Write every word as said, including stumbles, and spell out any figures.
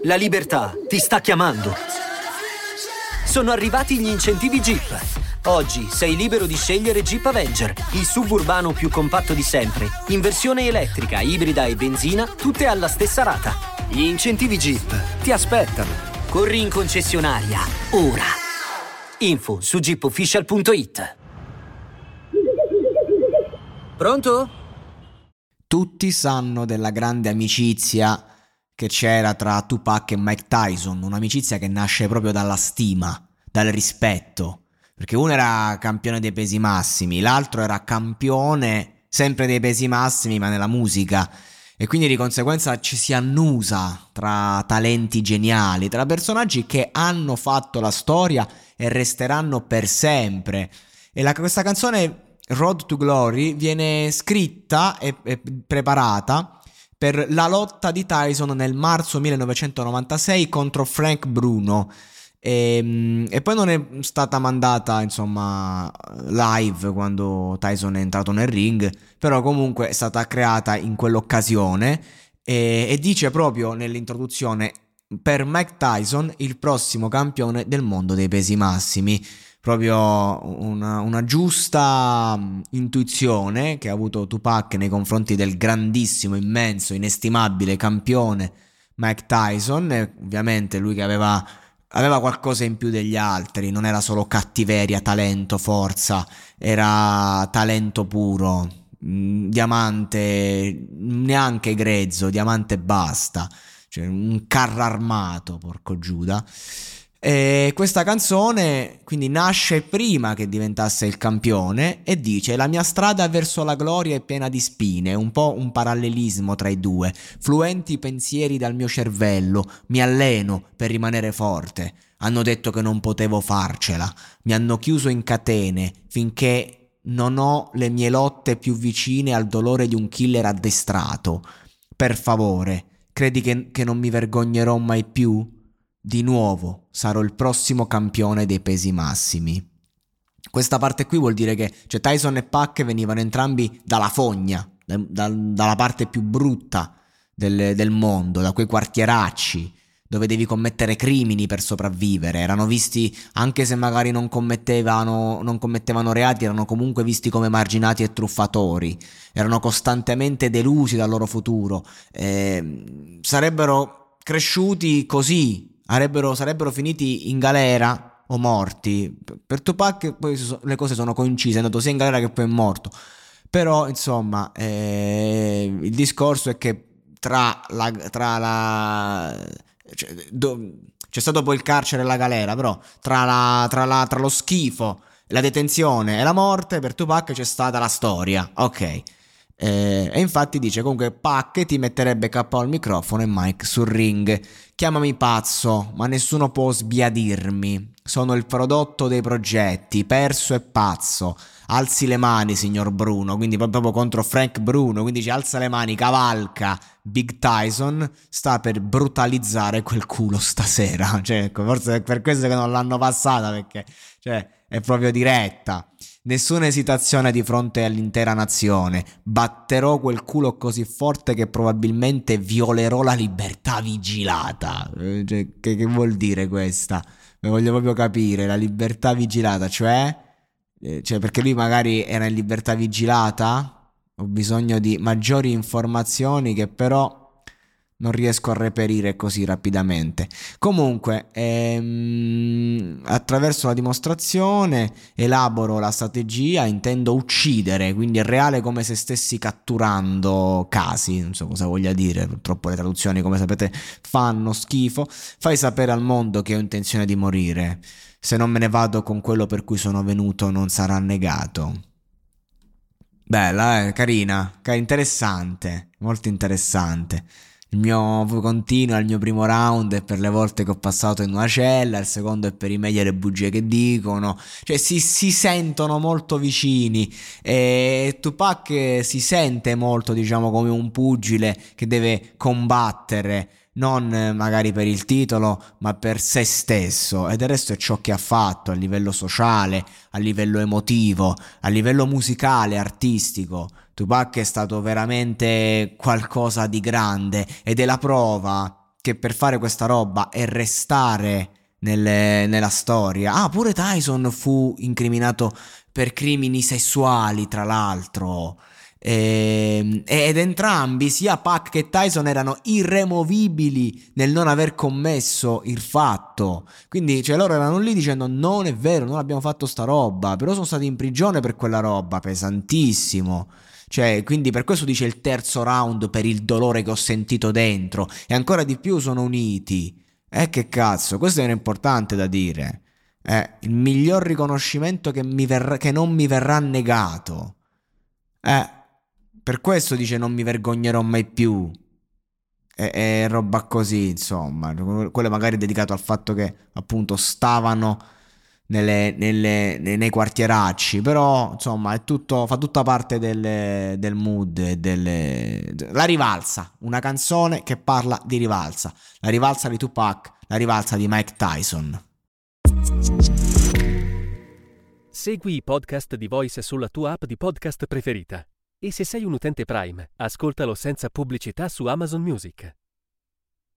La libertà ti sta chiamando. Sono arrivati gli incentivi Jeep. Oggi sei libero di scegliere Jeep Avenger, il S U V urbano più compatto di sempre, in versione elettrica, ibrida e benzina, tutte alla stessa rata. Gli incentivi Jeep ti aspettano. Corri in concessionaria, ora. Info su jeep official punto it. Pronto? Tutti sanno della grande amicizia che c'era tra Tupac e Mike Tyson, un'amicizia che nasce proprio dalla stima, dal rispetto, perché uno era campione dei pesi massimi, l'altro era campione sempre dei pesi massimi ma nella musica, e quindi di conseguenza ci si annusa tra talenti geniali, tra personaggi che hanno fatto la storia e resteranno per sempre. E la, questa canzone Road to Glory viene scritta e, e preparata per la lotta di Tyson nel marzo millenovecentonovantasei contro Frank Bruno, e, e poi non è stata mandata insomma live quando Tyson è entrato nel ring, però comunque è stata creata in quell'occasione, e, e dice proprio nell'introduzione: per Mike Tyson il prossimo campione del mondo dei pesi massimi. Proprio una, una giusta intuizione che ha avuto Tupac nei confronti del grandissimo, immenso, inestimabile campione Mike Tyson. E ovviamente lui che aveva, aveva qualcosa in più degli altri, non era solo cattiveria, talento, forza, era talento puro, diamante, neanche grezzo, diamante basta, cioè un carro armato, porco Giuda. E questa canzone quindi nasce prima che diventasse il campione e dice: la mia strada verso la gloria è piena di spine, un po' un parallelismo tra i due, fluenti pensieri dal mio cervello, mi alleno per rimanere forte, hanno detto che non potevo farcela, mi hanno chiuso in catene finché non ho le mie lotte più vicine al dolore di un killer addestrato, per favore, credi che, che non mi vergognerò mai più? Di nuovo sarò il prossimo campione dei pesi massimi. Questa parte qui vuol dire che cioè, Tyson e Pac venivano entrambi dalla fogna, da, da, dalla parte più brutta del, del mondo, da quei quartieracci dove devi commettere crimini per sopravvivere. Erano visti, anche se magari non commettevano, non commettevano reati, erano comunque visti come marginati e truffatori, erano costantemente delusi dal loro futuro, eh, sarebbero cresciuti così, Sarebbero, sarebbero finiti in galera o morti. Per Tupac poi le cose sono coincise, è andato sia in galera che poi è morto. Però insomma eh, il discorso è che tra la, tra la cioè, do, c'è stato poi il carcere e la galera, però tra, la, tra, la, tra lo schifo, la detenzione e la morte per Tupac c'è stata la storia. Ok. Eh, e infatti dice comunque: Pac ti metterebbe K O al microfono e Mike sul ring. Chiamami pazzo, ma nessuno può sbiadirmi. Sono il prodotto dei progetti, perso e pazzo. Alzi le mani, signor Bruno. Quindi proprio contro Frank Bruno. Quindi dice: alza le mani, cavalca. Big Tyson sta per brutalizzare quel culo stasera. Cioè, forse è per questo che non l'hanno passata, perché cioè, è proprio diretta. Nessuna esitazione di fronte all'intera nazione. Batterò quel culo così forte che probabilmente violerò la libertà vigilata. Eh, cioè, che, che vuol dire questa? Me voglio proprio capire. La libertà vigilata, cioè? Eh, cioè, perché lui magari era in libertà vigilata? Ho bisogno di maggiori informazioni che però non riesco a reperire così rapidamente. Comunque, ehm, attraverso la dimostrazione elaboro la strategia, intendo uccidere, quindi è reale come se stessi catturando casi, non so cosa voglia dire, purtroppo le traduzioni come sapete fanno schifo. Fai sapere al mondo che ho intenzione di morire, se non me ne vado con quello per cui sono venuto non sarà negato. Bella, eh, carina, car- interessante, molto interessante. Il mio continuo al mio primo round è per le volte che ho passato in una cella, il secondo è per i media e le bugie che dicono, cioè si, si sentono molto vicini, e Tupac si sente molto, diciamo, come un pugile che deve combattere, non magari per il titolo ma per se stesso, e del resto è ciò che ha fatto a livello sociale, a livello emotivo, a livello musicale, artistico. Tupac è stato veramente qualcosa di grande ed è la prova che per fare questa roba e restare nelle, nella storia. Ah, pure Tyson fu incriminato per crimini sessuali, tra l'altro. E, ed entrambi, sia Pac che Tyson, erano irremovibili nel non aver commesso il fatto. Quindi, cioè, loro erano lì dicendo: non è vero, non abbiamo fatto sta roba. Però sono stati in prigione per quella roba, pesantissimo. Cioè, quindi per questo dice il terzo round, per il dolore che ho sentito dentro. E ancora di più sono uniti. Eh, che cazzo, questo era importante da dire. È il miglior riconoscimento che, mi verrà, che non mi verrà negato. Eh, per questo dice: non mi vergognerò mai più. E, e roba così, insomma. Quello magari dedicato al fatto che appunto stavano nelle, nelle, nei, nei quartieracci. Però insomma è tutto, fa tutta parte del, del mood e delle... La rivalsa, una canzone che parla di rivalsa. La rivalsa di Tupac, la rivalsa di Mike Tyson. Segui i podcast di Voice sulla tua app di podcast preferita. E se sei un utente Prime, ascoltalo senza pubblicità su Amazon Music.